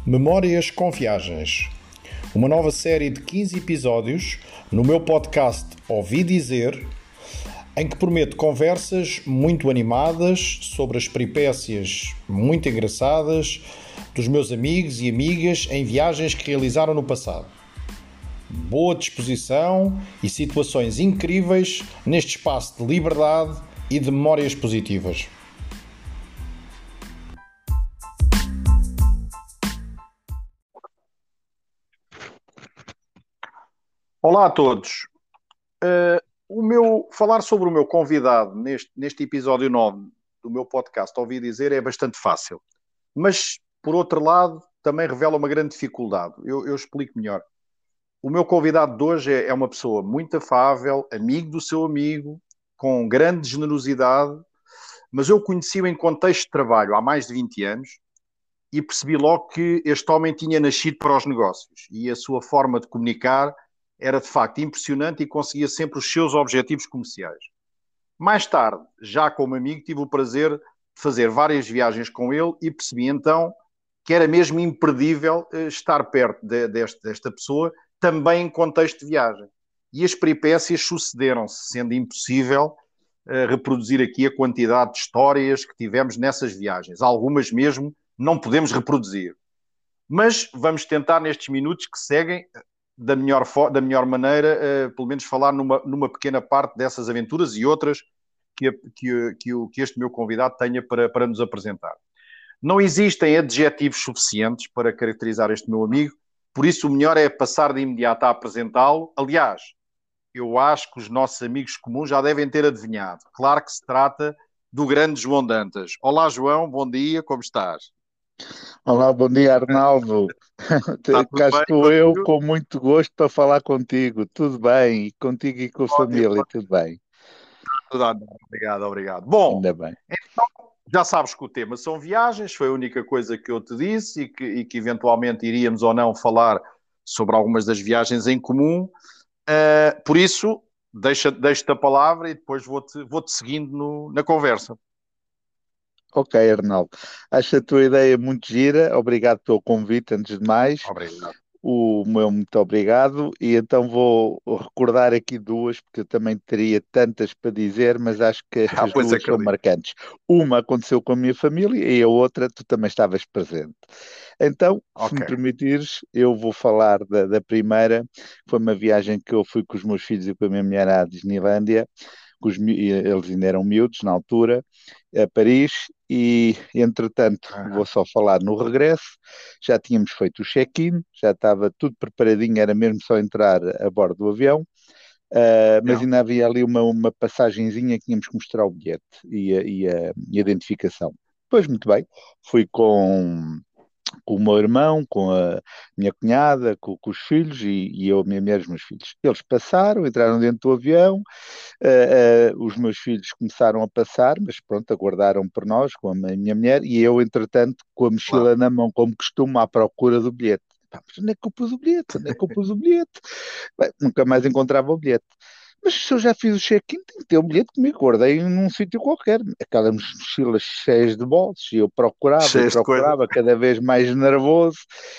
Memórias com Viagens, uma nova série de 15 episódios no meu podcast Ouvi Dizer, em que prometo conversas muito animadas sobre as peripécias muito engraçadas dos meus amigos e amigas em viagens que realizaram no passado. Boa disposição e situações incríveis neste espaço de liberdade e de memórias positivas. Olá a todos. Falar sobre o meu convidado neste episódio 9 do meu podcast, ouvi dizer, é bastante fácil. Mas, por outro lado, também revela uma grande dificuldade. Eu explico melhor. O meu convidado de hoje é uma pessoa muito afável, amigo do seu amigo, com grande generosidade, mas eu conheci-o em contexto de trabalho há mais de 20 anos e percebi logo que este homem tinha nascido para os negócios e a sua forma de comunicar era de facto impressionante e conseguia sempre os seus objetivos comerciais. Mais tarde, já como amigo, tive o prazer de fazer várias viagens com ele e percebi então que era mesmo imperdível estar perto desta pessoa, também em contexto de viagem. E as peripécias sucederam-se, sendo impossível reproduzir aqui a quantidade de histórias que tivemos nessas viagens. Algumas mesmo não podemos reproduzir. Mas vamos tentar, nestes minutos que seguem, da melhor maneira, pelo menos falar numa pequena parte dessas aventuras e outras que este meu convidado tenha para nos apresentar. Não existem adjetivos suficientes para caracterizar este meu amigo, por isso o melhor é passar de imediato a apresentá-lo. Aliás, eu acho que os nossos amigos comuns já devem ter adivinhado. Claro que se trata do grande João Dantas. Olá, João, bom dia, como estás? Olá, bom dia, Arnaldo. Está tudo Cá bem estou eu contigo? com muito gosto para falar contigo. Tudo bem? E contigo e com a Ótimo, família, tudo bem? tudo a andar. Obrigado, obrigado. Bom, Ainda bem. já sabes que o tema são viagens, foi a única coisa que eu te disse e que eventualmente iríamos ou não falar sobre algumas das viagens em comum. Por isso, deixo-te a palavra e depois vou-te seguindo na conversa. Ok, Arnaldo. Acho a tua ideia muito gira. Obrigado pelo convite, antes de mais. Obrigado. O meu muito obrigado. E então vou recordar aqui duas, porque eu também teria tantas para dizer, mas acho que as Pois duas são acredito. marcantes. Uma aconteceu com a minha família e a outra tu também estavas presente. Então, se Ok. me permitires, eu vou falar da primeira. Foi uma viagem que eu fui com os meus filhos e com a minha mulher à Disneylândia. Eles ainda eram miúdos na altura, a Paris, e entretanto vou Aham. só falar no regresso. Já tínhamos feito o check-in, já estava tudo preparadinho, era mesmo só entrar a bordo do avião. Mas Yeah. ainda havia ali uma passagenzinha que tínhamos que mostrar o bilhete e a identificação. Pois, muito bem, fui com o meu irmão, com a minha cunhada, com os filhos e eu, a minha mulher e os meus filhos. Eles passaram, entraram dentro do avião, os meus filhos começaram a passar, mas pronto, aguardaram por nós, com a minha mulher, e eu, entretanto, com a Claro. mochila na mão, como costumo, à procura do bilhete. Pá, mas onde é que eu pus o bilhete? Onde é que eu pus o bilhete? Bem, nunca mais encontrava o bilhete. Mas se eu já fiz o check-in, tenho que ter o bilhete comigo, guardei num sítio qualquer. Aquelas mochilas cheias de bolsos, e eu procurava e Cheias de coisas. procurava, cada vez mais nervoso,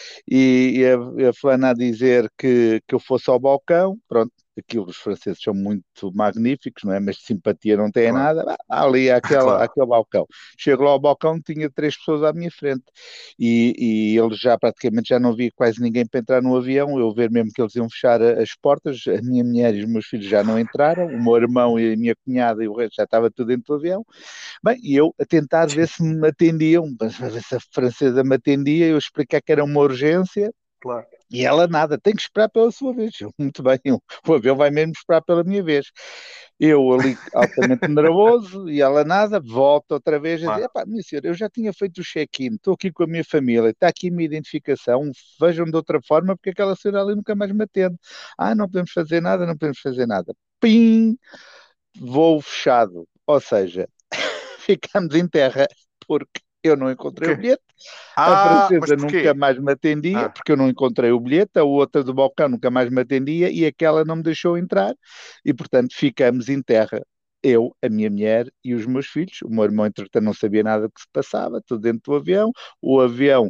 e a fulana a dizer que eu fosse ao balcão. Pronto, aquilo, os franceses são muito magníficos, não é? Mas de simpatia não têm Claro. nada. Ali, Claro. aquele balcão. Chego lá ao balcão, tinha três pessoas à minha frente. E eles já praticamente já não via quase ninguém para entrar no avião. Eu ver mesmo que eles iam fechar as portas. A minha mulher e os meus filhos já não entraram. O meu irmão e a minha cunhada e o resto já estava tudo dentro do avião. Bem, e eu a tentar ver se me atendiam, mas a ver se a francesa me atendia. Eu expliquei que era uma urgência. Claro. E ela nada, tem que esperar pela sua vez. Eu, muito bem, o avião vai mesmo esperar pela minha vez. Eu ali altamente nervoso e ela nada, volta outra vez a dizer: Claro. epá, minha senhora, eu já tinha feito o check-in, estou aqui com a minha família, está aqui a minha identificação, vejam de outra forma porque aquela senhora ali nunca mais me atende. Ah, não podemos fazer nada, não podemos fazer nada. Pim, voo fechado. Ou seja, ficamos em terra porque eu não encontrei o Porquê? bilhete, a Mas francesa nunca porquê? mais me atendia Ah, porque eu não encontrei o bilhete, a outra do balcão nunca mais me atendia e aquela não me deixou entrar e, portanto, ficamos em terra. eu, a minha mulher e os meus filhos. O meu irmão, entretanto, não sabia nada do que se passava, tudo dentro do avião, o avião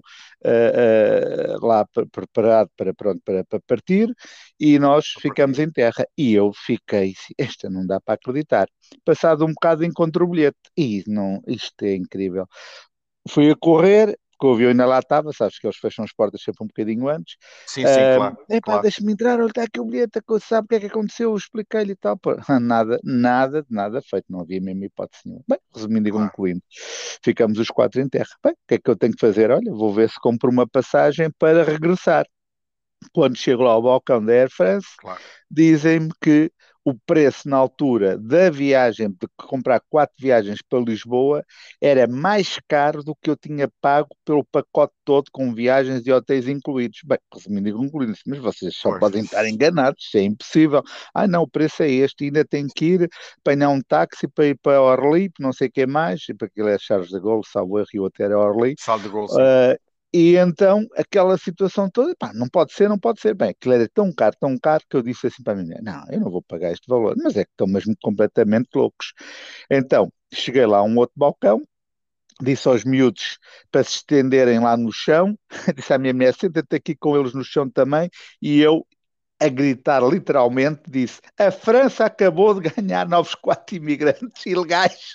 lá preparado para, pronto, para partir, e nós A ficamos partir. em terra. E eu fiquei, esta não dá para acreditar. Passado um bocado encontro o bilhete, e não, isto é incrível. Fui a correr, porque o avião ainda lá estava, sabes que eles fecham as portas sempre um bocadinho antes. Sim, sim, claro, Epá, claro. deixa-me entrar, olha, está aqui o bilhete, sabe o que é que aconteceu? Eu expliquei-lhe e tal. Pô, nada, nada, nada feito, não havia mesmo hipótese nenhuma. Bem, resumindo e Claro, concluindo, ficamos os quatro em terra. Bem, o que é que eu tenho que fazer? Olha, vou ver se compro uma passagem para regressar. Quando chego lá ao balcão da Air France, claro. dizem-me que o preço na altura da viagem, de comprar quatro viagens para Lisboa, era mais caro do que eu tinha pago pelo pacote todo, com viagens e hotéis incluídos. Bem, resumindo e concluindo, mas vocês só Pois. podem estar enganados, isso é impossível. Ah, não, o preço é este, ainda tem que ir apanhar um táxi para ir para Orly, não sei o que mais, para aquilo é Charles de Gaulle, salvo erro, e o outro era Orly. Saldo de gol, sim. Uh, e então, aquela situação toda, pá, não pode ser, não pode ser. Bem, aquilo era tão caro que eu disse assim para a minha mulher, não, eu não vou pagar este valor, mas é que estão mesmo completamente loucos. Então, cheguei lá a um outro balcão, disse aos miúdos para se estenderem lá no chão, disse à minha mulher, senta-te aqui com eles no chão também, e eu, a gritar literalmente, disse, a França acabou de ganhar novos quatro imigrantes ilegais,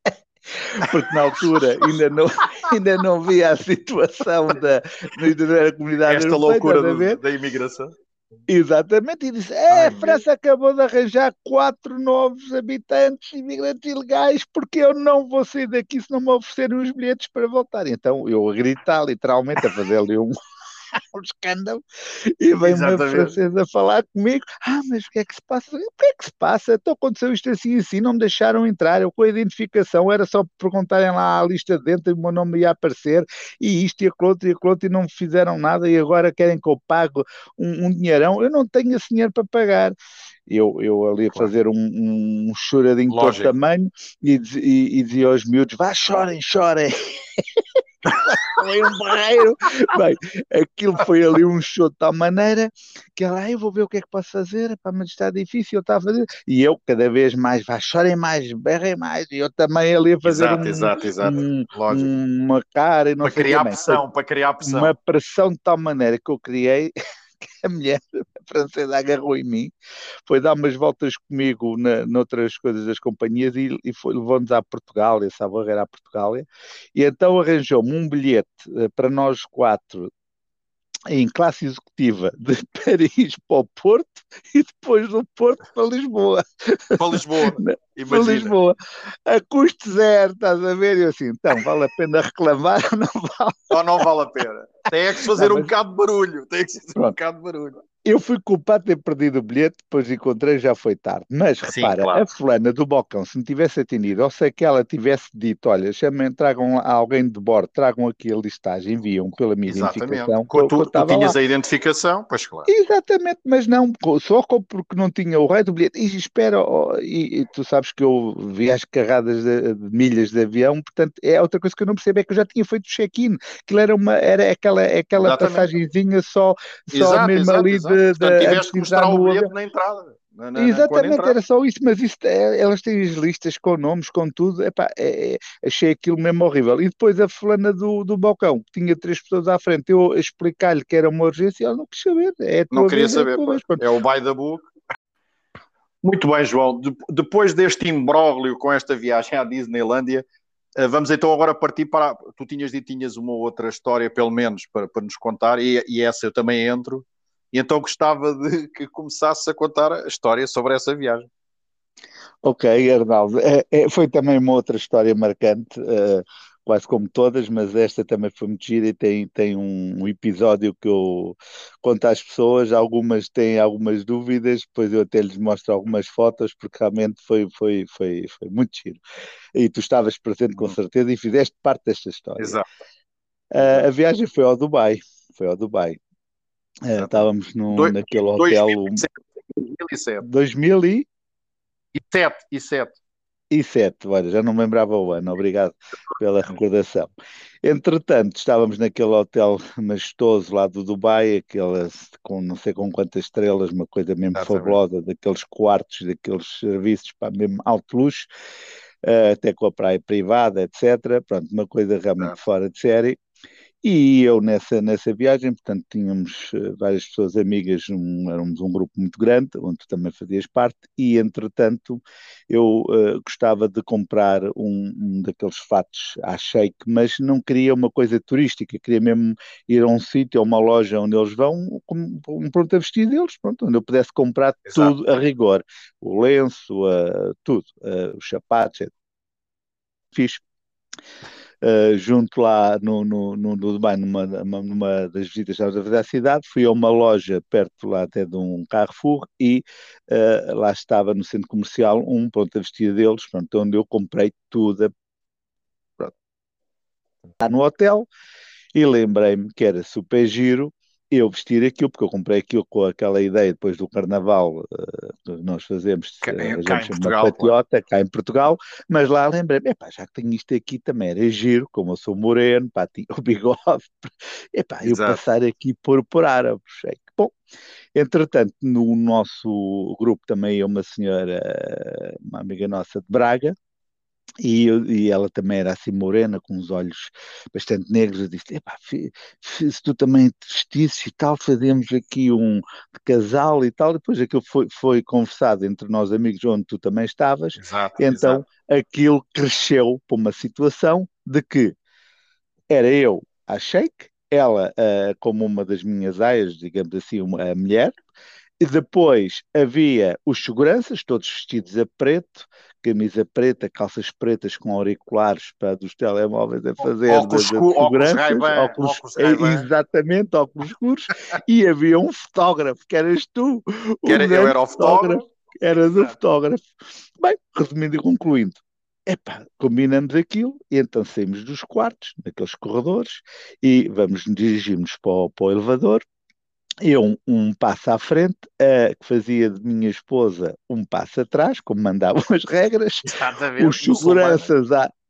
porque na altura ainda não via a situação da comunidade Esta europeia, loucura estás a ver? da imigração. Exatamente, e disse: Ai, a meu. França acabou de arranjar quatro novos habitantes, imigrantes ilegais, porque eu não vou sair daqui se não me oferecerem os bilhetes para voltar. Então eu a gritar, literalmente, a fazer ali um escândalo, e vem uma Exatamente. francesa falar comigo. Ah, mas o que é que se passa? O que é que se passa? Então aconteceu isto assim e assim, não me deixaram entrar. Eu com a identificação era só perguntarem lá à lista de dentro e o meu nome ia aparecer, e isto e aquilo outro, e não me fizeram nada, e agora querem que eu pague um dinheirão. Eu não tenho esse dinheiro para pagar. Eu ali a Claro. fazer um choradinho de todo Lógico. tamanho e dizia aos miúdos: vá, chorem, chorem. Foi um barreiro. Bem, aquilo foi ali um show de tal maneira que ela, eu vou ver o que é que posso fazer, pá, mas está difícil, está a fazer. E eu, cada vez mais, vá, chorem mais, berrem mais. E eu também ali a fazer Exato, exato, exato. Lógico. uma cara e não sei o que. Bem, foi Para criar uma pressão. pressão de tal maneira que eu criei que a mulher francesa agarrou em mim, foi dar umas voltas comigo noutras coisas das companhias e levou-nos à Portugália, sabe, era à Portugália, e então arranjou-me um bilhete para nós quatro em classe executiva de Paris para o Porto e depois do Porto para Lisboa. Para Lisboa, Para imagina. Lisboa, a custo zero, estás a ver? E eu assim, então, vale a pena reclamar ou não vale? Ou não vale a pena. Tem é que se Não, fazer um mas bocado de barulho. Tem que se fazer um pronto, bocado de barulho. eu fui culpado de ter perdido o bilhete, depois encontrei, já foi tarde. Mas Sim, repara, a claro. fulana do balcão, se me tivesse atendido, ou se que ela tivesse dito: olha, chamem, tragam alguém de bordo, tragam aqui a listagem, enviam pela minha Exatamente. identificação, que eu Tu estava lá. tinhas a identificação, pois claro. Exatamente, mas não, porque não tinha o raio do bilhete. E espera, e tu sabes que eu vi as carradas de milhas de avião, portanto, é outra coisa que eu não percebo, é que eu já tinha feito o check-in, aquilo era aquela Exatamente. passagenzinha só Exato, mesmo exato, ali exato. Portanto, antes tiveste de que entrar mostrar o no bilhete avião. na entrada. Quando Exatamente, era entravas. só isso, mas isso, elas têm as listas com nomes, com tudo. Epá, achei aquilo mesmo horrível. E depois a fulana do balcão, que tinha três pessoas à frente, eu a explicar-lhe que era uma urgência, ela não quis saber. É a Não tua queria vez, é a saber, tua pois. vez. Pronto. É o by the book. Muito bem, João. Depois deste imbróglio com esta viagem à Disneylândia, vamos então agora partir para. Tu tinhas dito tinhas uma outra história, pelo menos, para nos contar, e essa eu também entro. E então gostava de que começasse a contar a história sobre essa viagem. Ok, Arnaldo, foi também uma outra história marcante, quase como todas, mas esta também foi muito gira e tem um episódio que eu conto às pessoas, algumas têm algumas dúvidas, depois eu até lhes mostro algumas fotos, porque realmente foi muito giro. E tu estavas presente com Uhum. certeza e fizeste parte desta história. Exato, A exato, viagem foi ao Dubai. exatamente. Estávamos Dois, naquele hotel 2007, 2007. 2000 E 7, e 7. 2007, olha, já não me lembrava o ano, obrigado pela recordação. Entretanto, estávamos naquele hotel majestoso lá do Dubai, aquele com não sei com quantas estrelas, uma coisa mesmo Exatamente. fabulosa, daqueles quartos, daqueles serviços, para mesmo alto luxo, até com a praia privada, etc. Pronto, uma coisa realmente Exato. fora de série. E eu nessa viagem, portanto, tínhamos várias pessoas amigas, éramos um grupo muito grande, onde tu também fazias parte, e entretanto eu gostava de comprar um daqueles fatos à Sheik, mas não queria uma coisa turística, queria mesmo ir a um sítio, a uma loja onde eles vão, com um pronto a vestir deles, pronto, onde eu pudesse comprar Exato. tudo a rigor, o lenço, tudo, os sapatos, etc. Fiz junto lá no Dubai, numa das visitas que estávamos a fazer à cidade, fui a uma loja perto lá até de um Carrefour e lá estava no centro comercial um pronto a vestir deles, pronto, onde eu comprei tudo pronto, lá no hotel e lembrei-me que era super giro eu vestir aquilo, porque eu comprei aquilo com aquela ideia depois do carnaval que nós fazemos, Cá arranjamos em sempre uma Portugal, claro. patiota cá em Portugal, mas lá lembrei-me, epá, já que tenho isto aqui também era giro, como eu sou moreno, pá, tinha o bigode, epá, eu Exato. passar aqui por árabes, é que bom. Entretanto, no nosso grupo também é uma senhora, uma amiga nossa de Braga, e ela também era assim morena, com os olhos bastante negros. Eu disse: Epá, se tu também te vestisses e tal, fazemos aqui um de casal e tal. Depois aquilo foi conversado entre nós amigos, onde tu também estavas. Exato. Então Exato. aquilo cresceu para uma situação de que era eu a Sheik, ela como uma das minhas aias, digamos assim, a mulher, e depois havia os seguranças, todos vestidos a preto, camisa preta, calças pretas com auriculares para dos telemóveis a fazer de Óculos seguranças, Ray-Ban. óculos, Óculos Ray-Ban. exatamente, óculos escuros, e havia um fotógrafo, que eras tu, um Eu grande era o fotógrafo, fotógrafo. eras o Exato. fotógrafo. Bem, resumindo e concluindo, epá, combinamos aquilo e então saímos dos quartos, naqueles corredores, e vamos dirigirmos para o elevador. Eu um passo à frente, que fazia de minha esposa um passo atrás, como mandavam as regras, os Exatamente. Muçulmana. seguranças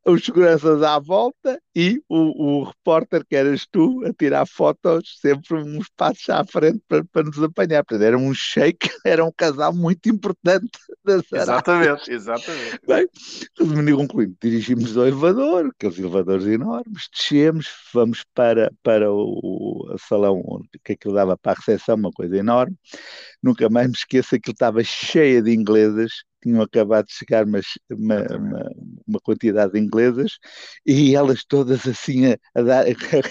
à volta e o repórter, que eras tu, a tirar fotos sempre uns passos à frente para nos apanhar. Portanto, era um shake, era um casal muito importante das Arábias. Exatamente. Exatamente. Bem, resumindo e concluindo, dirigimos ao elevador, aqueles elevadores enormes, descemos, vamos para o salão que aquilo dava para a recepção, uma coisa enorme. Nunca mais me esqueço, aquilo estava cheia de inglesas, tinham acabado de chegar Exatamente. uma quantidade de inglesas, e elas todas assim a dar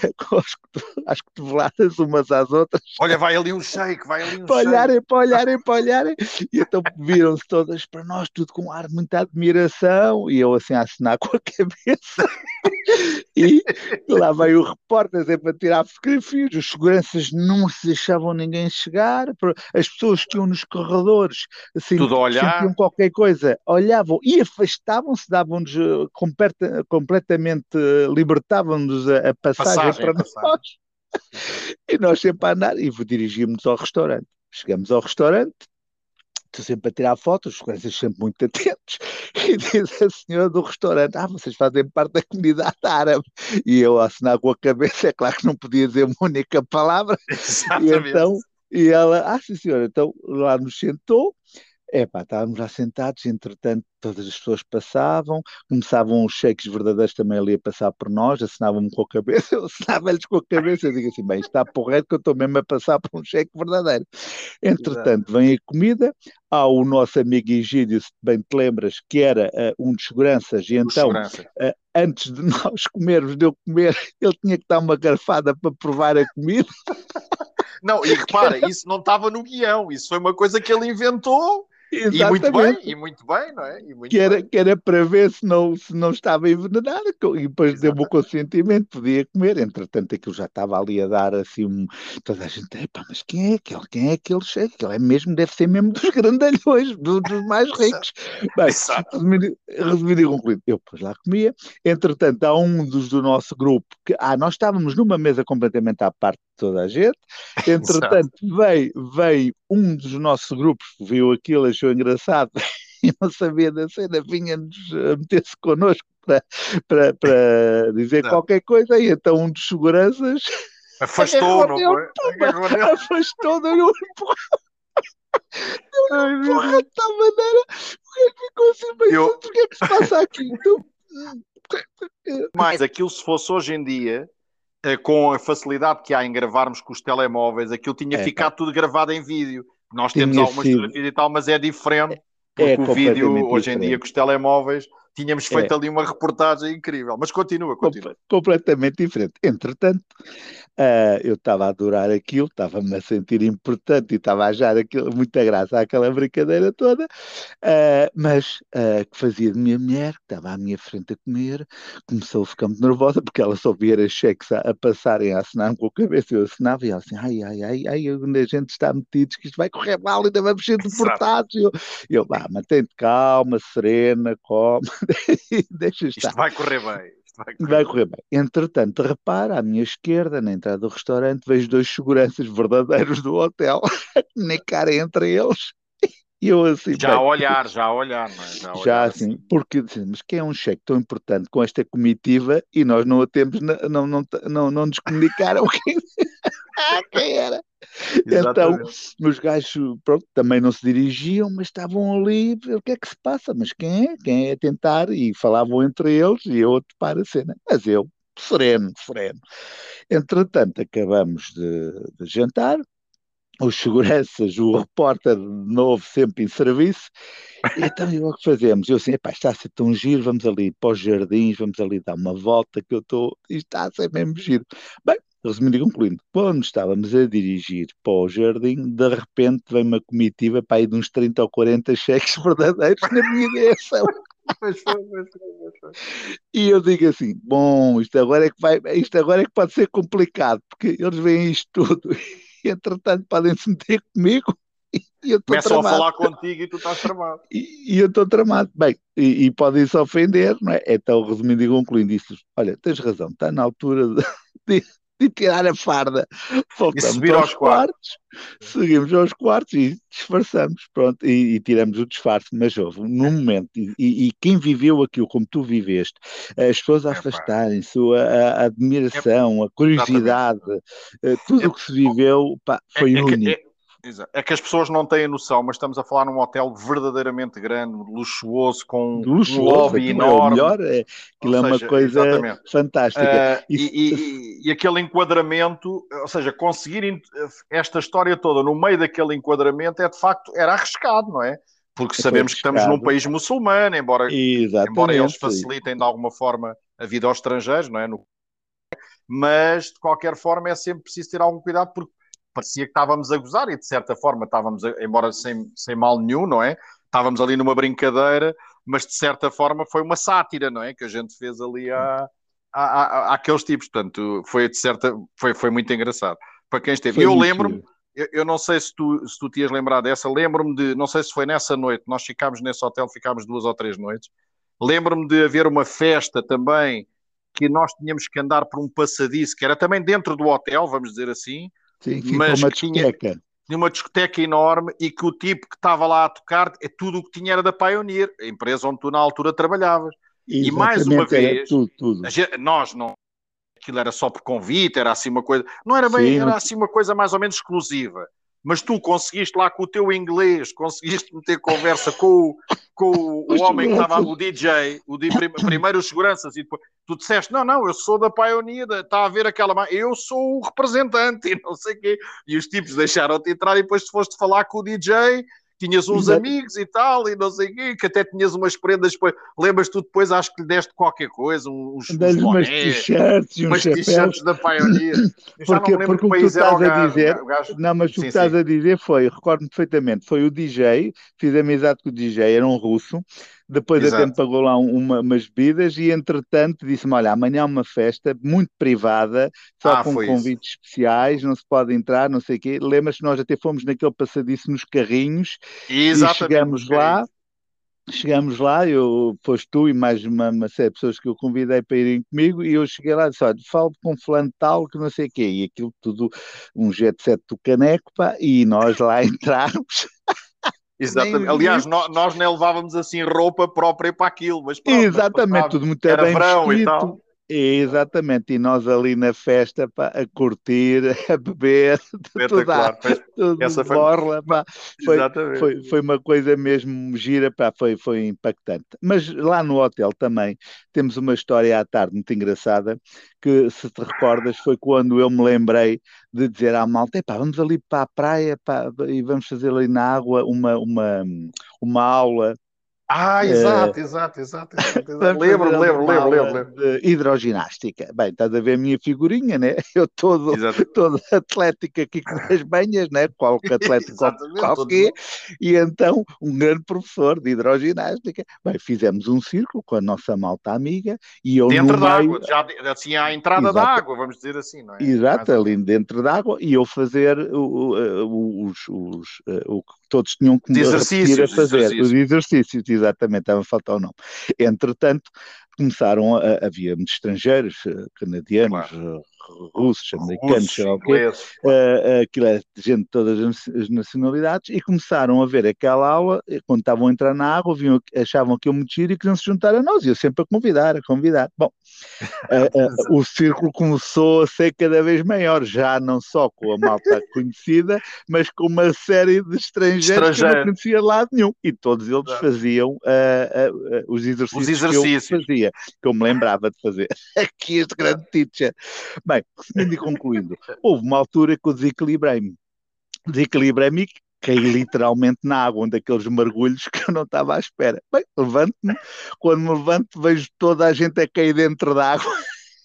às cotoveladas umas às outras, Olha, vai ali um shake, vai ali um para shake. olharem, para olharem, para olharem, e então viram-se todas para nós, tudo com um ar de muita admiração, e eu assim a assinar com a cabeça. E lá vai o repórter é para tirar fotografias, os seguranças não se deixavam ninguém chegar, as pessoas que iam nos corredores, assim, Tudo a sentiam olhar. qualquer coisa, olhavam e afastavam-se, davam-nos completamente, libertavam-nos a passagem Passagem, para passagem. nós, Exato. e nós sempre a andar, e dirigimos ao restaurante. Chegamos ao restaurante, estou sempre a tirar fotos, os seguranças sempre muito atentos, e diz a senhora do restaurante: vocês fazem parte da comunidade árabe. E eu a assinar com a cabeça, é claro que não podia dizer uma única palavra, e Exatamente. então, e ela, sim senhora, então lá nos sentou. Epá, estávamos lá sentados, entretanto todas as pessoas passavam, começavam os cheques verdadeiros também ali a passar por nós, assinavam-me com a cabeça, eu assinava-lhes com a cabeça, eu digo assim: bem, está porreiro que eu estou mesmo a passar por um cheque verdadeiro. Exato. Entretanto, vem a comida, há o nosso amigo Egídio, se bem te lembras, que era um dos seguranças, e Os então, seguranças. antes de nós comermos, de eu comer, ele tinha que dar uma garfada para provar a comida. Não, e repara, isso não estava no guião, isso foi uma coisa que ele inventou Exatamente. e muito bem, não é? E que muito era, bem. que era para ver se não estava envenenada, e depois deu-me o Exatamente. consentimento, podia comer. Entretanto, aquilo já estava ali a dar assim, toda a gente: epá, mas quem é aquele? Quem é aquele chefe? Aquele é mesmo, deve ser mesmo dos grandalhões, dos mais Exato. ricos. Bem, Exato. resumindo e concluindo, eu depois lá comia. Entretanto, há um dos do nosso grupo que, nós estávamos numa mesa completamente à parte de toda a gente. Exato. Entretanto, veio um dos nossos grupos, viu aquilo, achou engraçado e não sabia da cena, vinha-nos a meter-se connosco para dizer Exato. qualquer coisa, e então um dos seguranças Afastou, agarrou não nele, foi? pumba, Agarrou nele. afastou, deu-lhe um Ai, meu empurrão Deus. de tal maneira, o gajo ficou assim, mas Eu, o que é que se passa aqui? Então, mais aquilo se fosse hoje em dia, com a facilidade que há em gravarmos com os telemóveis, aquilo tinha pá, ficado tudo gravado em vídeo. Nós temos tinha algumas sido, fotografias e tal, mas é diferente, é porque o vídeo, completamente hoje em dia, diferente. com os telemóveis, tínhamos É, feito ali uma reportagem incrível. Mas continua, continua. completamente diferente. Entretanto, eu estava a adorar aquilo, estava-me a sentir importante e estava a achar aquilo, muita graça àquela brincadeira toda, mas que fazia de minha mulher, que estava à minha frente a comer, começou a ficar muito nervosa porque ela só via as cheques a passarem, a assinar com a cabeça, eu assinava e ela assim, ai, ai, ai, ai, onde a gente está metido, que isto vai correr mal, ainda vamos ser Exato. deportados. Eu mantém-te calma, serena, calma, deixa Isto estar. vai correr bem. Isto vai correr Vai bem. correr bem. Entretanto, repara, à minha esquerda, na entrada do restaurante, vejo dois seguranças verdadeiros do hotel a comunicar entre eles. E eu assim, bem, Já a olhar, não é? Já a já olhar assim, assim. porque mas que é um cheque tão importante com esta comitiva e nós não a temos, não nos comunicaram quem era. Então, Exatamente. os gajos, pronto, também não se dirigiam, mas estavam ali, a ver o que é que se passa? Mas quem é? Quem é a tentar? E falavam entre eles e eu a topar a cena. Mas eu, sereno, sereno. Entretanto, acabamos de jantar, os seguranças, o repórter de novo, sempre em serviço, e então e o que fazemos? Eu assim, epá, está a ser tão giro, vamos ali para os jardins, vamos ali dar uma volta, que eu estou, isto está a ser mesmo giro. Bem, resumindo e concluindo, quando estávamos a dirigir para o jardim, de repente vem uma comitiva para aí de uns 30 ou 40 cheques verdadeiros na minha direção. Pois foi, pois foi, pois foi. E eu digo assim, bom, isto agora é que pode ser complicado, porque eles veem isto tudo e entretanto podem se meter comigo e eu estou Começam a tramado. falar contigo e tu estás tramado. E eu estou tramado. Bem, e podem se ofender, não é? Então, resumindo e concluindo, disse olha, tens razão, está na altura de, de tirar a farda. E Voltamos subir aos aos quartos. quartos, seguimos aos quartos e disfarçamos, pronto, e tiramos o disfarce. Mas houve, num momento, e quem viveu aquilo como tu viveste, as pessoas a É pá. afastarem-se, a É, admiração, a exatamente. curiosidade, tudo É, o que se viveu, pá, foi é, é, que, único. é que as pessoas não têm noção, mas estamos a falar num hotel verdadeiramente grande, luxuoso, com um Luxuoso, lobby aquilo é o enorme. melhor, Ou aquilo é uma seja, coisa exatamente. fantástica. E aquele enquadramento, ou seja, conseguir esta história toda no meio daquele enquadramento é de facto, era arriscado, não é? Porque foi sabemos que estamos num arriscado, país muçulmano, embora eles exatamente. facilitem de alguma forma a vida aos estrangeiros, não é? Mas de qualquer forma é sempre preciso ter algum cuidado porque parecia que estávamos a gozar e de certa forma estávamos, embora sem mal nenhum, não é? Estávamos ali numa brincadeira, mas de certa forma foi uma sátira, não é? Que a gente fez ali àqueles tipos, portanto foi de certa, foi muito engraçado para quem esteve. E Foi eu muito lembro-me, giro. eu não sei se tu tinhas lembrado dessa, lembro-me de, não sei se foi nessa noite, nós ficámos nesse hotel, ficámos 2 ou 3 noites, lembro-me de haver uma festa também que nós tínhamos que andar por um passadiço, que era também dentro do hotel, vamos dizer assim, Sim, sim, para mas uma que tinha discoteca. uma discoteca enorme e que o tipo que estava lá a tocar, tudo o que tinha era da Pioneer, a empresa onde tu na altura trabalhavas. E mais uma Exatamente, era vez, tudo, tudo. nós não, aquilo era só por convite, era assim uma coisa, não era bem, Sim, não, era assim uma coisa mais ou menos exclusiva. Mas tu conseguiste lá com o teu inglês, conseguiste meter conversa com o os homem que estava, seguranças. o DJ, primeiro os seguranças, e depois tu disseste: não, não, eu sou da Pioneer, está a ver aquela. Eu sou o representante, e não sei o quê. E os tipos deixaram-te entrar, e depois tu foste falar com o DJ, tinhas uns Exato. amigos e tal, e não sei o quê, que até tinhas umas prendas. Depois, lembras tu depois, acho que lhe deste qualquer coisa, uns Dei-lhe umas bonés, t-shirts e uns umas chapéus. t-shirts da Pioneer. Eu já não me lembro Porque que o que tu país era estás a dizer, o gajo. não, mas o que Sim, estás sim. a dizer foi, recordo-me perfeitamente, foi o DJ, fiz amizade com o DJ, era um russo, depois até me Exato. pagou lá umas bebidas e entretanto disse-me, olha, amanhã há uma festa muito privada, só com Foi isso. convites especiais, não se pode entrar, não sei o quê. Lembras-te, nós até fomos naquele passadiço nos carrinhos e Exatamente, nos lá, carrinhos. chegamos lá, foste tu e mais uma série de pessoas que eu convidei para irem comigo, e eu cheguei lá e disse, olha, falo com fulano tal, que não sei o quê, e aquilo tudo, um jet set do caneco, pá, e nós lá entramos, nem Exatamente. os Aliás, lifts. nós nem levávamos assim roupa própria para aquilo, mas pronto, mas Exatamente, passávamos. tudo muito Era bem verão e vestido. tal. Exato. Exatamente, e nós ali na festa, pá, a curtir, a beber, tudo, Espetacular. tudo Essa de foi. borla, pá. Foi, Exatamente. foi uma coisa mesmo gira, pá, foi impactante. Mas lá no hotel também temos uma história à tarde muito engraçada, que se te recordas foi quando eu me lembrei de dizer à malta, epá, vamos ali para a praia, pá, e vamos fazer ali na água uma aula. Exato, exato, exato, exato, exato. Vamos fazer Lembro-me, ali lembro, uma lembro, lembro, aula lembro. de hidroginástica. Bem, estás a ver a minha figurinha, né? Eu todo, Exato. todo atlético aqui com as banhas, né? Qualquer atlético Exatamente, qualquer. E então, um grande professor de hidroginástica. Bem, fizemos um círculo com a nossa malta amiga e eu no dentro da meio, água, já assim à entrada da exato, água, vamos dizer assim, não é? Mais exato, ou ali menos. dentro d'água, e eu fazer o que todos tinham que Os repetir a exercícios, os fazer, os exercícios. exercícios, exatamente, estava a faltar o nome. Entretanto, havia muitos estrangeiros, canadianos, Claro. russos, americanos, sei Russos, lá o quê, ingleses, claro. aquilo é gente de todas as nacionalidades, e começaram a ver aquela aula, e quando estavam a entrar na água, achavam aquilo muito giro e queriam se juntar a nós, e eu sempre a convidar, a convidar. Bom, o círculo começou a ser cada vez maior, já não só com a malta conhecida, mas com uma série de estrangeiros que eu não Estrangeiro. conhecia de lado nenhum. E todos eles faziam os Os exercícios que eu exercícios. fazia, que eu me lembrava de fazer. Aqui este grande teacher. Bem, resumindo e concluindo, houve uma altura que eu desequilibrei-me. Desequilibrei-me e caí literalmente na água, um daqueles mergulhos que eu não estava à espera. Bem, levanto-me, quando me levanto vejo toda a gente a cair dentro da água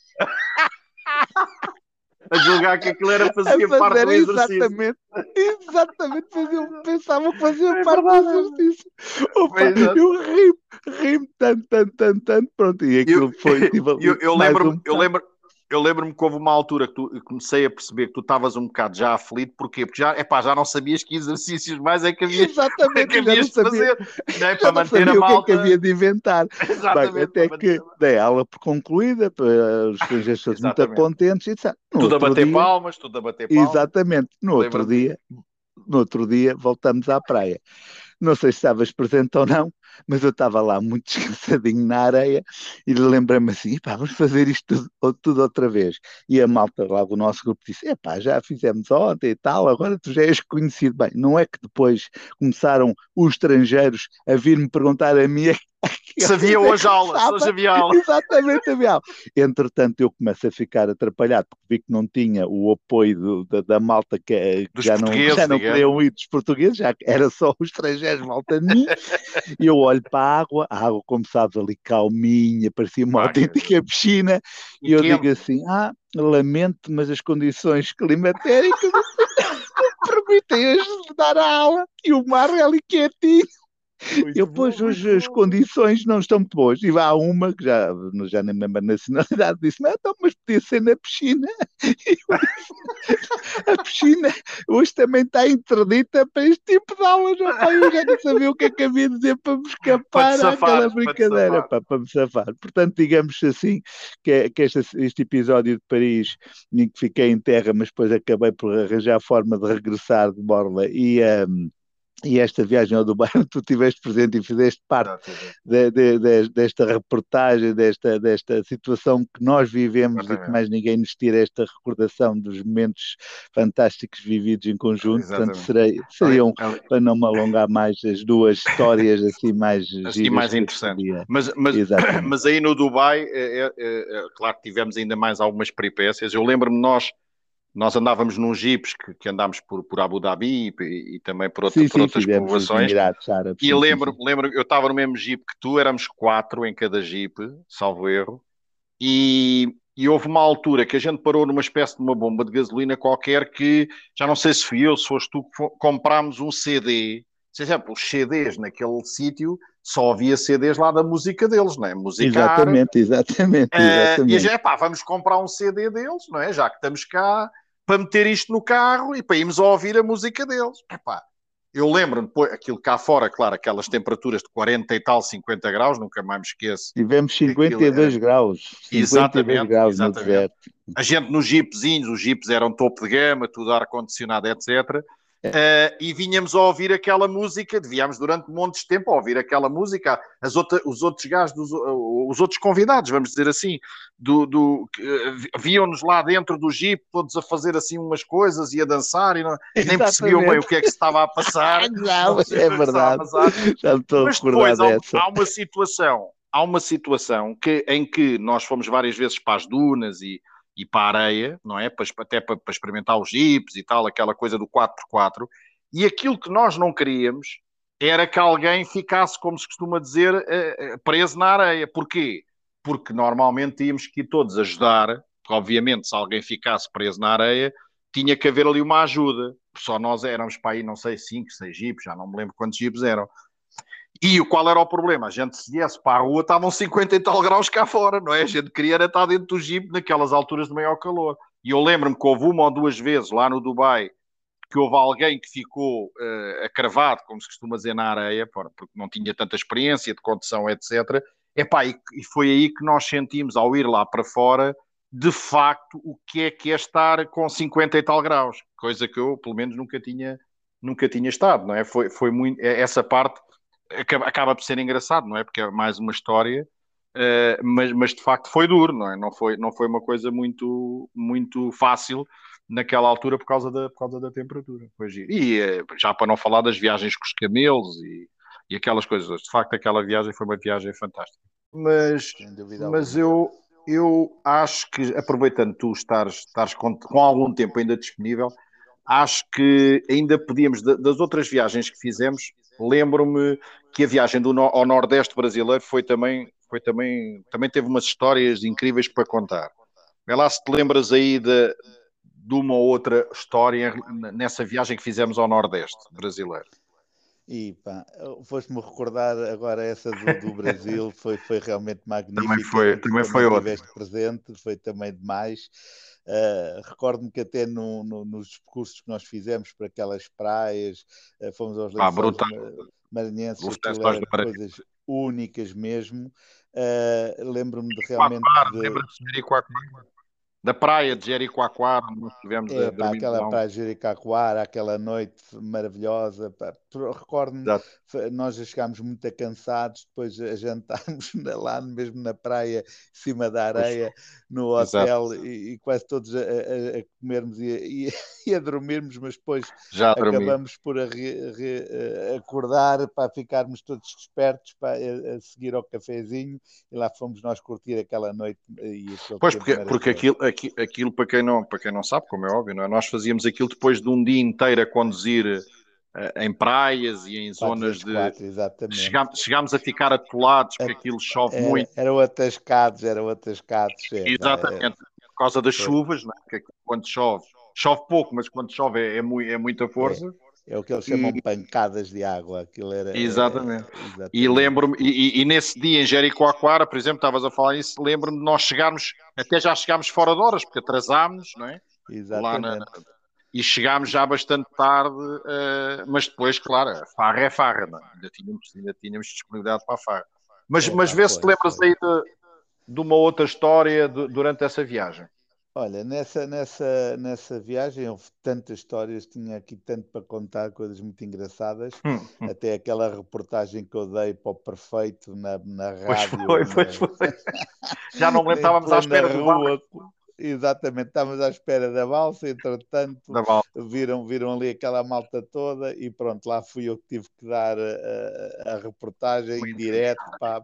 A julgar que aquilo era, a fazia parte fazer do exercício. exatamente, pensavam que fazia É parte do verdade. exercício. Opa, Exato. eu ri-me tanto, tanto, tanto, tanto, pronto, e Eu, aquilo foi, tive eu, ali eu mais lembro-me, um eu bocado. lembro, eu lembro-me que houve uma altura que eu comecei a perceber que tu estavas um bocado já aflito, porquê? Porque já não sabias que exercícios mais é que Exatamente, havias de fazer, não é? já Para não manter a sabia o que malta, havia de inventar. Bem, exatamente, para até manter que a malta. dei a aula por concluída, para os estrangeiros todos muito Exatamente. contentes, e disseram, no Tudo a outro bater dia, palmas, tudo a bater palmas. exatamente, Lembro-me disso. no outro dia voltamos à praia. Não sei se estavas presente ou não, mas eu estava lá muito descansadinho na areia e lembrei-me assim, "Epá, vamos fazer isto tudo outra vez." E a malta lá do nosso grupo disse, epá, já fizemos ontem e tal, agora tu já és conhecido. Bem, não é que depois começaram os estrangeiros a vir-me perguntar a mim que Se havia horas é hoje que aula, se hoje começava havia aula. exatamente a minha aula. Entretanto, eu começo a ficar atrapalhado porque vi que não tinha o apoio da malta que Dos já portugueses, não digamos. queriam ir dos portugueses, já que era só os estrangeiros malta de mim, e eu olho para a água, como sabes, ali calminha, parecia uma Pá, quer dizer, autêntica piscina, e e eu digo quente. assim, lamento, mas as condições climatéricas não permitem ajudar a aula, e o mar é ali quietinho. Eu, Muito bom, pois, muito hoje as bom. Muito bom. condições não estão muito boas. E há uma que já nem me lembro a nacionalidade, disse, mas podia ser na piscina. E eu disse, a piscina hoje também está interdita para este tipo de aulas. Opa, eu já não sabia o que é que havia de dizer para me Para te escapar àquela safares, para te brincadeira, safar. pá, para me safar. Portanto, digamos assim, que este episódio de Paris, em que fiquei em terra, mas depois acabei por arranjar a forma de regressar de Borla e esta viagem ao Dubai, onde tu estiveste presente e fizeste parte Exatamente. desta reportagem, desta situação que nós vivemos e que Exatamente. mais ninguém nos tira esta recordação dos momentos fantásticos vividos em conjunto. Portanto, Exatamente. Ali, seriam, ali, para não me alongar mais, as duas histórias assim mais assim giras mais que eu interessante. escolhia. Exatamente. Mas aí no Dubai, claro que tivemos ainda mais algumas peripécias. Eu lembro-me, nós andávamos num jipes que andámos por Abu Dhabi e também Sim, por sim, outras fizemos os povoações. Emirados Árabes, E sim, sim, sim. eu estava no mesmo jipe que tu, éramos quatro em cada jipe, salvo erro. E houve uma altura que a gente parou numa espécie de uma bomba de gasolina qualquer que, já não sei se fui eu, se foste tu, que comprámos um CD. Por exemplo, os CDs naquele sítio, só havia CDs lá da música deles, não é? Música árabe. Exatamente, exatamente, E a exatamente. gente, pá, vamos comprar um CD deles, não é? Já que estamos cá, para meter isto no carro e para irmos a ouvir a música deles. Epá, eu lembro-me, depois, aquilo cá fora, claro, aquelas temperaturas de 40 e tal, 50 graus, nunca mais me esqueço Tivemos que aquilo era 52 graus, 52 exatamente, graus no exatamente. deserto. A gente nos jeepzinhos, os jeeps eram topo de gama, tudo ar-condicionado, etc. E vinhamos a ouvir aquela música, devíamos durante montes de tempo a ouvir aquela música, os outros gajos, os outros convidados, vamos dizer assim, viam-nos lá dentro do Jeep, todos a fazer assim umas coisas e a dançar, e nem percebiam bem o Exatamente. que é que se estava a passar, não Não, percebiam é o que se estava a verdade. passar, Já me estou a mas recordar depois dessa. há uma situação em que nós fomos várias vezes para as dunas e para a areia, não é? Até para experimentar os jipes e tal, aquela coisa do 4x4. E aquilo que nós não queríamos era que alguém ficasse, como se costuma dizer, preso na areia. Porquê? Porque normalmente tínhamos que ir todos ajudar. Obviamente, se alguém ficasse preso na areia, tinha que haver ali uma ajuda. Só nós éramos para aí, não sei, 5, 6 jipes, já não me lembro quantos jipes eram. E qual era o problema? A gente, se viesse para a rua, estavam 50 e tal graus cá fora, não é? A gente queria era estar dentro do Jeep naquelas alturas de maior calor. E eu lembro-me que houve uma ou duas vezes lá no Dubai que houve alguém que ficou acravado, como se costuma dizer, na areia, porque não tinha tanta experiência de condução, etc. Epá, e foi aí que nós sentimos, ao ir lá para fora, de facto, o que é estar com 50 e tal graus. Coisa que eu, pelo menos, nunca tinha estado, não é? Foi muito... Essa parte acaba por ser engraçado, não é? Porque é mais uma história, mas de facto foi duro, não é? Não foi uma coisa muito fácil naquela altura por causa da temperatura. Já para não falar das viagens com os camelos e aquelas coisas. De facto, aquela viagem foi uma viagem fantástica. Mas, Sem dúvida mas alguma. eu acho que, aproveitando tu estares com algum tempo ainda disponível, acho que ainda podíamos, das outras viagens que fizemos, lembro-me que a viagem ao Nordeste brasileiro também teve umas histórias incríveis para contar. Vê lá se te lembras aí de uma ou outra história nessa viagem que fizemos ao Nordeste brasileiro. E pá, foste-me recordar agora essa do Brasil, foi realmente magnífica e tu Também também foi ótimo. tiveste presente, foi também demais. Recordo-me que até nos percursos que nós fizemos para aquelas praias, fomos aos Pá, lençóis brutal. maranhenses, Os aquilo lençóis era do Maranhão. coisas únicas mesmo. Lembro-me de realmente Jericoacoara, de, lembra-te de Jericoacoara? Da praia de Jericoacoara, onde nós estivemos a pá, dormir aquela lá. praia de Jericoacoara, aquela noite maravilhosa, pá. Recordo-me, Exato. nós já chegámos muito cansados, depois a jantarmos lá mesmo na praia, em cima da Pois, areia, no exato. hotel, e quase todos a comermos e a dormirmos, mas depois Já dormi. acabamos por acordar para ficarmos todos despertos para a seguir ao cafezinho, e lá fomos nós curtir aquela noite e aquele Pois, tempo porque maravilhoso. aquilo para quem não sabe, como é óbvio, não é? Nós fazíamos aquilo depois de um dia inteiro a conduzir em praias e em Para zonas de. 204, exatamente. Chegámos a ficar atolados, porque aquilo chove muito. Eram atascados, Exatamente, por causa das foi, chuvas, não é? Porque quando chove, chove pouco, mas quando chove é muita é, força. é o que eles E, chamam pancadas de água, aquilo era, exatamente. E exatamente, lembro-me, e nesse dia em Jericoacoara, por exemplo, estavas a falar isso, lembro-me de nós chegarmos, até já chegámos fora de horas, porque atrasámos, não é? Lá exatamente. e chegámos já bastante tarde, mas depois, claro, a farra é farra, não é? Ainda tínhamos disponibilidade para a farra. Mas Pá, vê se te lembras foi. aí de uma outra história durante essa viagem. Olha, nessa viagem houve tantas histórias, tinha aqui tanto para contar, coisas muito engraçadas, Hum. até aquela reportagem que eu dei para o prefeito na Pois rádio, foi, pois foi. Já não me lembro, em estávamos à plena espera do barco rua. Exatamente, estávamos à espera da balsa, entretanto da Val. viram ali aquela malta toda e pronto, lá fui eu que tive que dar a reportagem em direto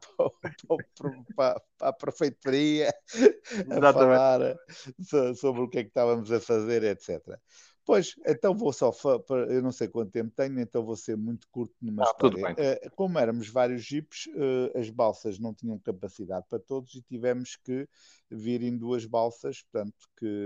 para a prefeitoria a Exatamente. falar sobre o que é que estávamos a fazer, etc. Pois, então vou só, eu não sei quanto tempo tenho, então vou ser muito curto numa Tudo história. bem. Como éramos vários jipes, as balsas não tinham capacidade para todos e tivemos que vir em duas balsas, portanto,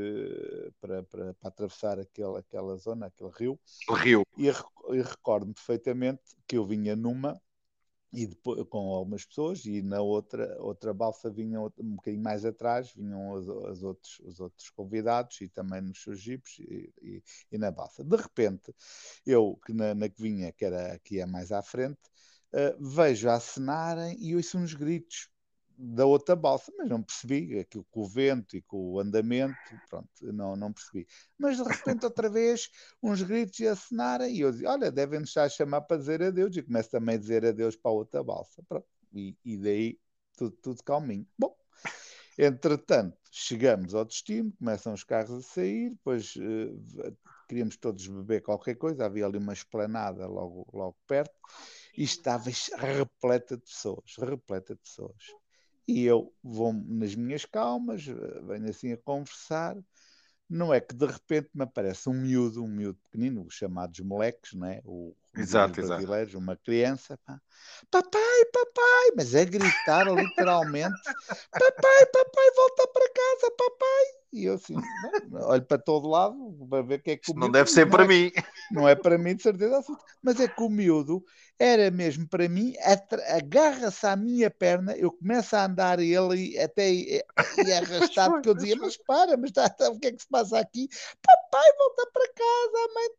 para atravessar aquela zona, aquele rio. O Rio. E recordo-me perfeitamente que eu vinha numa e depois, com algumas pessoas, e na outra balsa vinham um bocadinho mais atrás, vinham os outros convidados e também nos seus jipes e na balsa. De repente, eu, na que vinha, que era aqui a mais à frente, vejo a acenarem e ouço uns gritos da outra balsa, mas não percebi aquilo com o vento e com o andamento, pronto, não percebi. Mas de repente outra vez uns gritos e acenarem e eu digo, olha, devem-nos estar a chamar para dizer adeus e começo também a dizer adeus para a outra balsa, pronto, e daí tudo calminho. Bom, entretanto, chegamos ao destino, começam os carros a sair, depois queríamos todos beber qualquer coisa, havia ali uma esplanada logo perto, e estava repleta de pessoas, repleta de pessoas. E eu vou nas minhas calmas, venho assim a conversar, não é que de repente me aparece um miúdo pequenino, os chamados moleques, não é? Como dizem os Exato, exato. brasileiros, uma criança, pá. Papai, papai, mas a gritar literalmente, papai, papai, volta para casa, papai. E eu assim, olho para todo lado para ver o que é que o Isto não miúdo, deve ser para mim. não é para mim de certeza absoluta, mas é que o miúdo era mesmo para mim, agarra-se à minha perna, eu começo a andar ele até e arrastado, porque eu dizia, mas para, mas o que é que se passa aqui? Papai, volta para casa, a mãe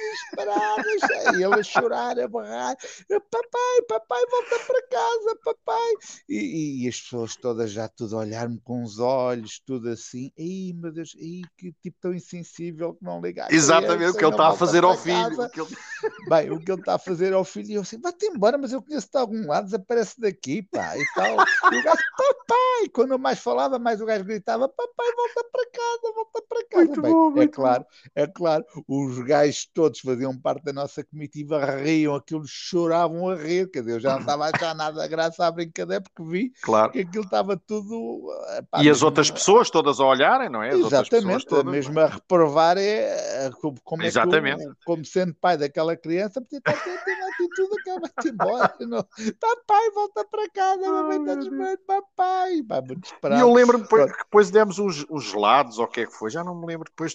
está desesperada, e ele a chorar, a berrar, papai, papai, volta para casa, papai. E as pessoas todas já tudo a olhar-me com os olhos, tudo assim, ei, meu Deus, ei, que tipo tão insensível que não liga à Exatamente o criança que e ele não está a volta fazer ao para filho. casa. Bem, o que ele está a fazer ao filho, e eu assim, vai-te embora, mas eu conheço-te de algum lado, desaparece daqui, pá, e tal. E o gajo, papai, quando eu mais falava, mais o gajo gritava, papai, volta para casa, volta para casa. Muito Bem, bom, muito bom. é claro, os gajos todos faziam parte da nossa comitiva, riam, aquilo choravam a rir, quer dizer, eu já não estava a achar nada graça à brincadeira, porque vi Claro. que aquilo estava tudo, pá, E as outras mesmo. pessoas todas a olharem, não é? As outras pessoas Exatamente, todas, não é? mesmo a reprovar como é que Exatamente. eu, como sendo pai daquela criança, podia estar tendo uma atitude que ela vai-te embora. Não. Papai, volta para casa, a mamãe Ai, está meu Deus. desesperada, papai. Pá, muito E eu desesperado. lembro-me que Pronto. depois demos uns gelados, ou o que é que foi, já não me lembro. Depois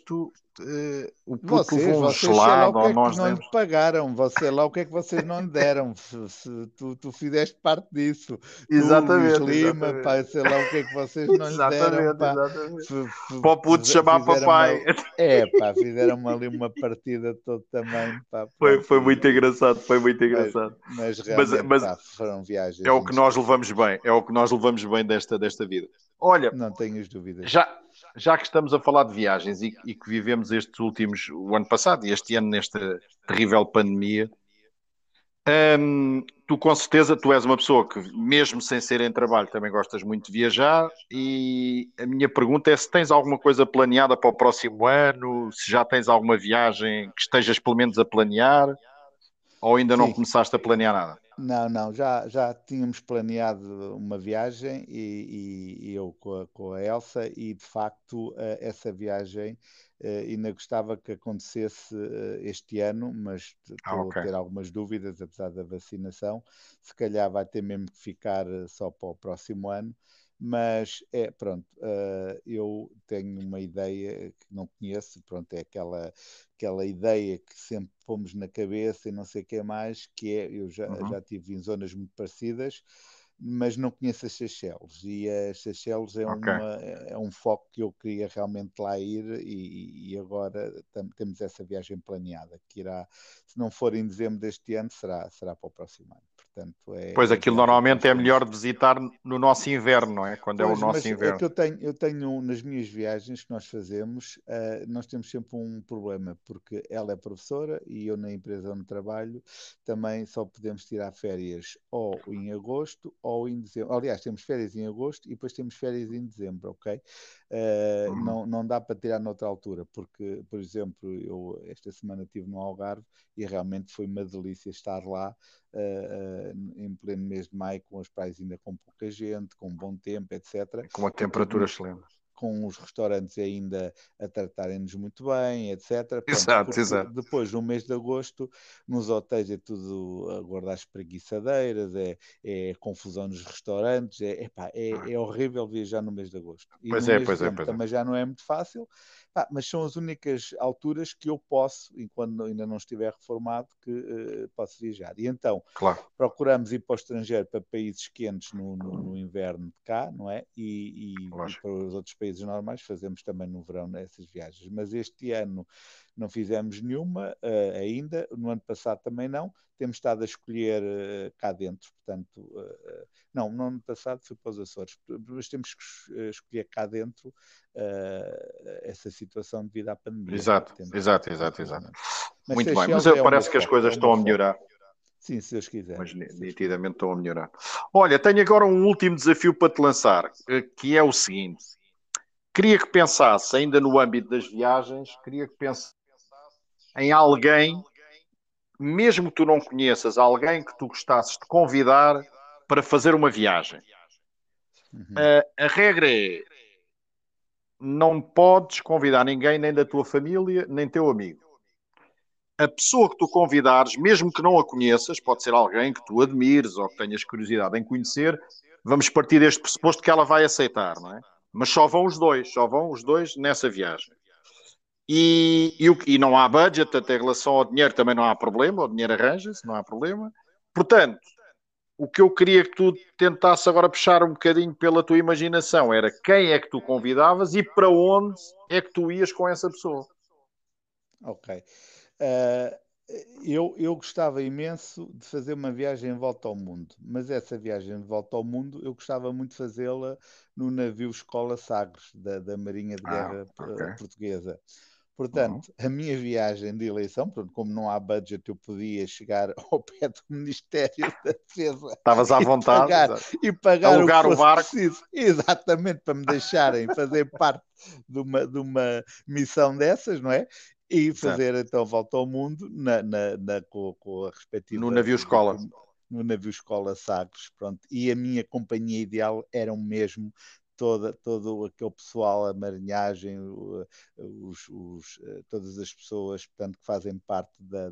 o puto levou um Vocês, sei lá o gelado, que ou é que nós não lhe demos. pagaram, você lá o que é que vocês não lhe deram, se tu fizeste parte disso, tu, Luís Exatamente, Lima, exatamente. pá, sei lá o que é que vocês não lhe deram, Exatamente, pá, exatamente. Para o puto chamar fizeram papai. uma, fizeram ali uma partida de todo tamanho, pá, pronto, Foi muito engraçado, foi muito mas, engraçado. mas Mas, realmente, mas pá, foram é viagens o que nós levamos inesquecíveis, bem, é o que nós levamos bem desta vida. Olha, não tenhas dúvidas. já, já que estamos a falar de viagens e que vivemos estes últimos, o ano passado e este ano, nesta terrível pandemia, tu com certeza, tu és uma pessoa que, mesmo sem ser em trabalho, também gostas muito de viajar e a minha pergunta é se tens alguma coisa planeada para o próximo ano, se já tens alguma viagem que estejas pelo menos a planear ou ainda não Sim, começaste a planear nada. não, já tínhamos planeado uma viagem e eu com a Elsa e de facto essa viagem ainda gostava que acontecesse este ano, mas Ah, estou a ok. ter algumas dúvidas, apesar da vacinação, se calhar vai ter mesmo que ficar só para o próximo ano. Mas pronto, eu tenho uma ideia que não conheço, pronto, é aquela ideia que sempre pomos na cabeça e não sei o que é mais, que é, eu já Uhum. estive em zonas muito parecidas, mas não conheço as Seychelles, e as Seychelles Ok. é um foco que eu queria realmente lá ir, e agora temos essa viagem planeada, que irá, se não for em dezembro deste ano, será para o próximo ano. Portanto, Pois é a aquilo viagem que nós normalmente é melhor temos. de visitar no nosso inverno, não é? Quando é o Pois, nosso mas é que inverno. eu tenho nas minhas viagens que nós fazemos, nós temos sempre um problema, porque ela é professora e eu na empresa onde trabalho também só podemos tirar férias ou em agosto ou em dezembro. Aliás, temos férias em agosto e depois temos férias em dezembro, ok? Uhum. Não dá para tirar noutra altura, porque, por exemplo, eu esta semana estive no Algarve e realmente foi uma delícia estar lá em pleno mês de maio, com as praias ainda com pouca gente, com bom tempo, etc. Com uma E temperatura excelente. com os restaurantes ainda a tratarem-nos muito bem, etc. Pronto, Exato, porque exato. depois, no mês de agosto, nos hotéis é tudo a guardar espreguiçadeiras, é confusão nos restaurantes, epá, é horrível viajar no mês de agosto. E Pois no é, mês de pois é, dezembro pois é. também já não é muito fácil, pá, mas são as únicas alturas que eu posso, enquanto ainda não estiver reformado, que posso viajar. E então, Claro. procuramos ir para o estrangeiro, para países quentes no inverno de cá, não é? E Lógico. para os outros países normais, fazemos também no verão essas viagens. Mas este ano não fizemos nenhuma ainda, no ano passado também não. Temos estado a escolher cá dentro, portanto, não, no ano passado fui para os Açores, mas temos que escolher cá dentro essa situação devido à pandemia. Exato, Temos, exato, exato, exato. infelizmente. Mas Muito bem, mas Seychelles é o meu parece que as foco, é coisas o meu estão a foco. melhorar. Sim, se Deus quiser. Mas Se Deus quiser. nitidamente estão a melhorar. Olha, tenho agora um último desafio para te lançar, que é o seguinte. Queria que pensasse, ainda no âmbito das viagens, queria que pensasse em alguém, mesmo que tu não conheças, alguém que tu gostasses de convidar para fazer uma viagem. Uhum. A regra é, não podes convidar ninguém, nem da tua família, nem teu amigo. A pessoa que tu convidares, mesmo que não a conheças, pode ser alguém que tu admires ou que tenhas curiosidade em conhecer, vamos partir deste pressuposto que ela vai aceitar, não é? Mas só vão os dois nessa viagem. E não há budget, até em relação ao dinheiro também não há problema, o dinheiro arranja-se, não há problema. Portanto, o que eu queria que tu tentasse agora puxar um bocadinho pela tua imaginação era quem é que tu convidavas e para onde é que tu ias com essa pessoa. Ok. Uh, eu gostava imenso de fazer uma viagem em volta ao mundo, mas essa viagem de volta ao mundo eu gostava muito de fazê-la no navio Escola Sagres, da Marinha de Ah, Guerra ok. Portuguesa. Uhum. Portanto, a minha viagem de eleição, portanto, como não há budget, eu podia chegar ao pé do Ministério da Defesa Estavas à e vontade, pagar, exato. e pagar o que Alugar o fosse barco, preciso, exatamente para me deixarem fazer parte de uma missão dessas, não é? E certo. fazer então a volta ao mundo com a No respectiva navio escola. no navio Escola Sagres, pronto. E a minha companhia ideal eram mesmo todo aquele pessoal, a marinhagem, todas as pessoas, portanto, que fazem parte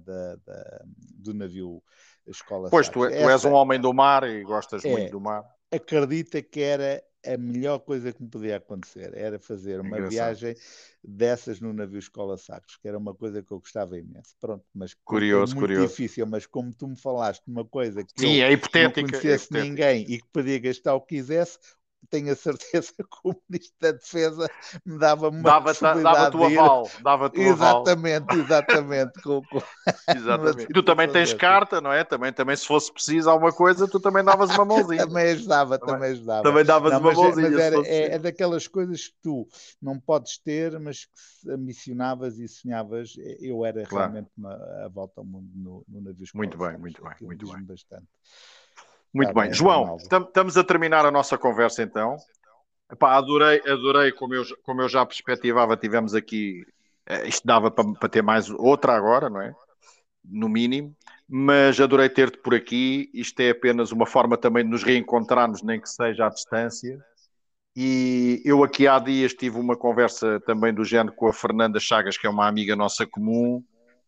do navio Escola Pois, Sagres. tu és um Essa homem do mar e gostas muito é, do mar. acredita que era a melhor coisa que me podia acontecer, era fazer uma Engraçado. viagem dessas no navio Escola Sagres, que era uma coisa que eu gostava imenso. Pronto, mas é Curioso, muito curioso. difícil, mas como tu me falaste de uma coisa que Sim, eu é não hipotética, é conhecesse hipotética. ninguém e que podia gastar o que quisesse, tenho a certeza que o Ministro da Defesa me dava uma possibilidade Dava-te o de ir. aval, dava-te o aval. Exatamente, exatamente, numa Exatamente. E tu também situação tens dessas. carta, não é? Também se fosse preciso alguma coisa, tu também davas uma mãozinha. Também ajudava, Também, também ajudava. também davas Não, uma mas mãozinha, se era, fosse é preciso. daquelas coisas que tu não podes ter, mas que ambicionavas e sonhavas. Eu era Claro. realmente a volta ao mundo no navio Escola Muito bem, Sagres. muito bem, Aquilo muito bem. diz-me bastante. Muito Está bem. bem, João, Ronaldo. estamos a terminar a nossa conversa então. Epá, adorei como eu já perspectivava, tivemos aqui, isto dava para ter mais outra agora, não é? No mínimo, mas adorei ter-te por aqui. Isto é apenas uma forma também de nos reencontrarmos, nem que seja à distância. E eu aqui há dias tive uma conversa também do género com a Fernanda Chagas, que é uma amiga nossa comum,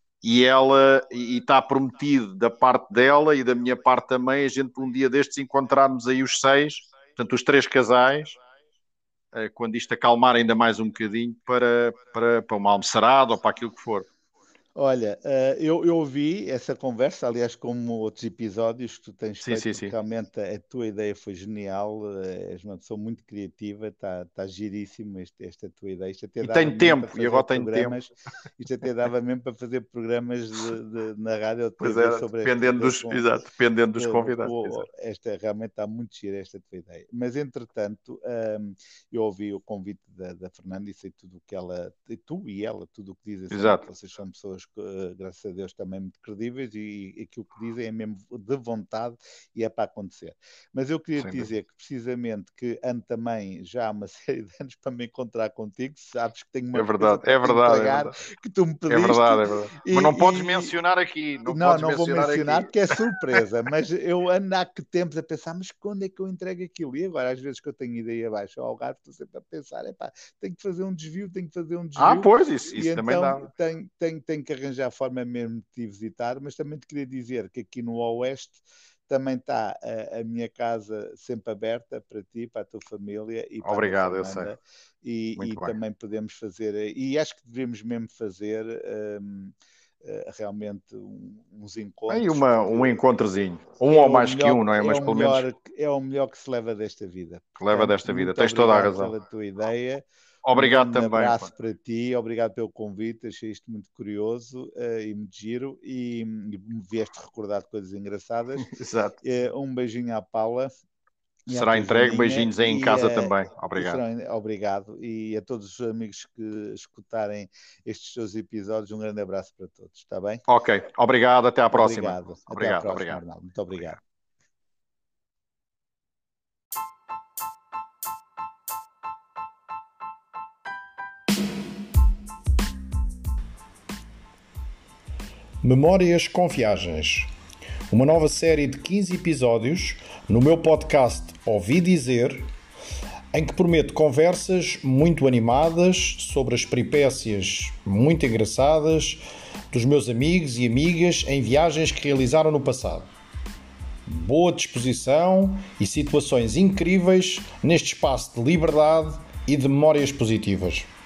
e está prometido da parte dela e da minha parte também, a gente um dia destes encontrarmos aí os seis, portanto os três casais, quando isto acalmar ainda mais um bocadinho, para uma almoçarada ou para aquilo que for. Olha, eu ouvi essa conversa, aliás, como outros episódios que tu tens Sim, feito, sim, porque sim. realmente a tua ideia foi genial, és uma pessoa muito criativa, está giríssimo esta tua ideia. Isto até E dava tenho mesmo para tempo, e fazer agora tenho tempo. programas, isto até dava mesmo para fazer programas na rádio ou Pois TV era, sobre esta, exato, dependendo dos convidados. Exato. esta realmente está muito gira esta tua ideia. Mas entretanto, eu ouvi o convite da Fernanda e sei tudo o que ela, tu e ela, tudo o que dizem sobre que Exato. vocês são pessoas, graças a Deus, também muito credíveis e aquilo que dizem é mesmo de vontade e é para acontecer. Mas eu queria te Sem dúvida. dizer que precisamente que ando também já há uma série de anos para me encontrar contigo, sabes que tenho É uma coisa verdade, para é te verdade, é entregar verdade. que tu me É pediste verdade, é verdade. Mas não podes mencionar aqui, não não, podes não vou mencionar mencionar aqui. porque é surpresa, mas eu ando há que tempos a pensar, mas quando é que eu entrego aquilo? E agora, às vezes que eu tenho ideia abaixo ao Algarve, estou sempre a pensar, epá, tenho que fazer um desvio, tenho que fazer um desvio, Pois, e isso também então dá. tenho que arranjar a forma mesmo de te visitar, mas também te queria dizer que aqui no Oeste também está a minha casa sempre aberta para ti, para a tua família e para a da Obrigado, eu sei. Fernanda, e Muito bem. também podemos fazer, e acho que devemos mesmo fazer. realmente uns Aí encontros. um encontrozinho. Ou mais que um, não é? Mas pelo menos É o melhor que se leva desta vida. leva Portanto, desta vida. muito Tens toda a obrigado razão. pela tua ideia. Um Obrigado grande também. abraço para ti, obrigado pelo convite, achei isto muito curioso e muito giro e me vieste recordar de coisas engraçadas. Exato. Um beijinho à Paula. Será entregue, beijinhos aí em casa também. Obrigado. Obrigado. E a todos os amigos que escutarem estes seus episódios, um grande abraço para todos, está bem? Ok, obrigado, até à próxima. Obrigado. Até à próxima, obrigado. Arnaldo. Muito obrigado. Memórias com Viagens. Uma nova série de 15 episódios no meu podcast Ouvi Dizer, em que prometo conversas muito animadas sobre as peripécias muito engraçadas dos meus amigos e amigas em viagens que realizaram no passado. Boa disposição e situações incríveis neste espaço de liberdade e de memórias positivas.